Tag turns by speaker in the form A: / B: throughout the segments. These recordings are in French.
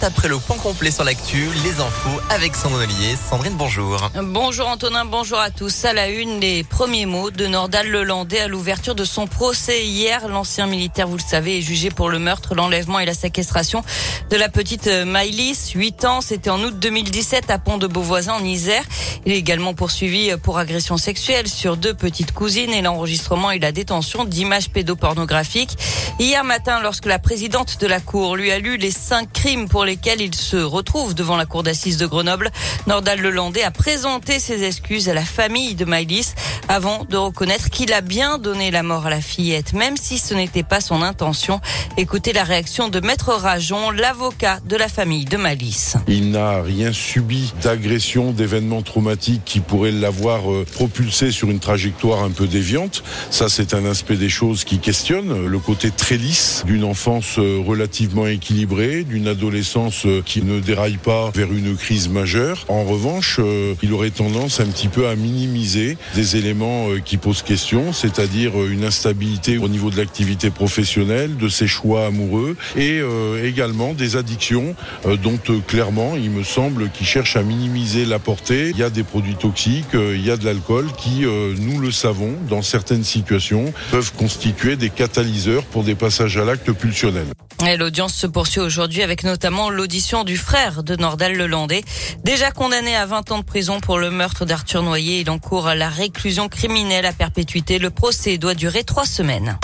A: après le point complet sur l'actu, les infos avec Sandrine Ollier. Sandrine, bonjour.
B: Bonjour Antonin, bonjour à tous. À la une, les premiers mots de Nordal Lelandais à l'ouverture de son procès hier. L'ancien militaire, vous le savez, est jugé pour le meurtre, l'enlèvement et la séquestration de la petite Maëlys, 8 ans. C'était en août 2017 à Pont-de-Beauvoisin en Isère. Il est également poursuivi pour agression sexuelle sur 2 petites cousines et l'enregistrement et la détention d'images pédopornographiques. Hier matin, lorsque la présidente de la Cour lui a lu les 5 crimes pour lesquels il se retrouve devant la Cour d'assises de Grenoble, Nordal Lelandais a présenté ses excuses à la famille de Maëlys avant de reconnaître qu'il a bien donné la mort à la fillette, même si ce n'était pas son intention. Écoutez la réaction de Maître Rajon, l'avocat de la famille de Maëlys.
C: Il n'a rien subi d'agression, d'événements traumatiques qui pourraient l'avoir propulsé sur une trajectoire un peu déviante. Ça, c'est un aspect des choses qui questionne le côté très lisse d'une enfance relativement équilibrée, d'une adolescence qui ne déraille pas vers une crise majeure. En revanche, il aurait tendance un petit peu à minimiser des éléments qui posent question, c'est-à-dire une instabilité au niveau de l'activité professionnelle, de ses choix amoureux et également des addictions dont clairement, il me semble, qu'il cherche à minimiser la portée. Il y a des produits toxiques, il y a de l'alcool qui, nous le savons, dans certaines situations, peuvent constituer des catalyseurs pour des passages à l'acte pulsionnel.
B: Et l'audience se poursuit aujourd'hui avec notamment l'audition du frère de Nordal Lelandais. Déjà condamné à 20 ans de prison pour le meurtre d'Arthur Noyer, il encourt la réclusion criminelle à perpétuité. Le procès doit durer 3 semaines.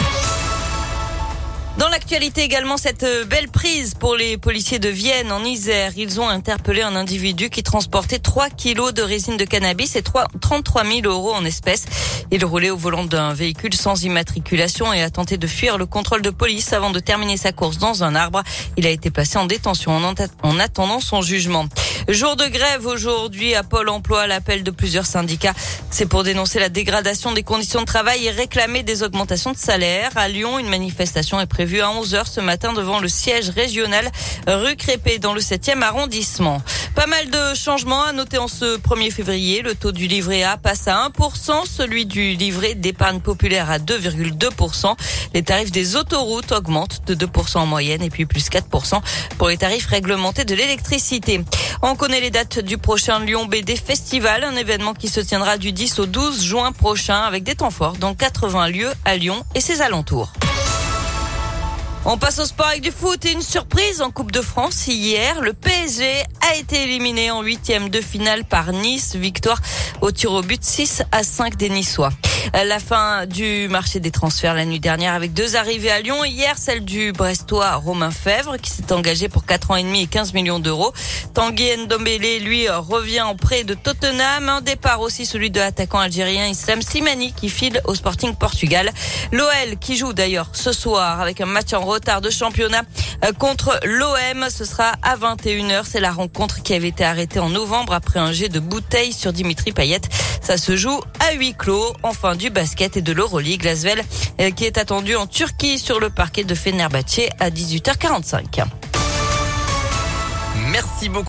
B: Dans l'actualité également, cette belle prise pour les policiers de Vienne en Isère. Ils ont interpellé un individu qui transportait 3 kilos de résine de cannabis et 33 000 euros en espèces. Il roulait au volant d'un véhicule sans immatriculation et a tenté de fuir le contrôle de police avant de terminer sa course dans un arbre. Il a été placé en détention en attendant son jugement. Jour de grève aujourd'hui à Pôle emploi, l'appel de plusieurs syndicats. C'est pour dénoncer la dégradation des conditions de travail et réclamer des augmentations de salaire. À Lyon, une manifestation est prévue à 11h ce matin devant le siège régional rue Crépé dans le 7e arrondissement. Pas mal de changements à noter en ce 1er février. Le taux du livret A passe à 1%, celui du livret d'épargne populaire à 2,2%. Les tarifs des autoroutes augmentent de 2% en moyenne et puis plus 4% pour les tarifs réglementés de l'électricité. On connaît les dates du prochain Lyon BD Festival, un événement qui se tiendra du 10 au 12 juin prochain avec des temps forts dans 80 lieux à Lyon et ses alentours. On passe au sport avec du foot et une surprise en Coupe de France. Hier, le PSG a été éliminé en 8e de finale par Nice. Victoire au tir au but 6-5 des Niçois. La fin du marché des transferts la nuit dernière avec 2 arrivées à Lyon. Hier, celle du Brestois Romain Fèvre qui s'est engagé pour 4 ans et demi et 15 millions d'euros. Tanguy Ndombele, lui, revient en prêt de Tottenham. Un départ aussi, celui de l'attaquant algérien Islam Slimani qui file au Sporting Portugal. L'OL qui joue d'ailleurs ce soir avec un match en retard de championnat contre l'OM. Ce sera à 21h. C'est la rencontre qui avait été arrêtée en novembre après un jet de bouteille sur Dimitri Payet. Ça se joue à huis clos. Enfin, du basket et de l'Euroleague. L'Asvel qui est attendu en Turquie sur le parquet de Fenerbahçe à 18h45.
A: Merci beaucoup.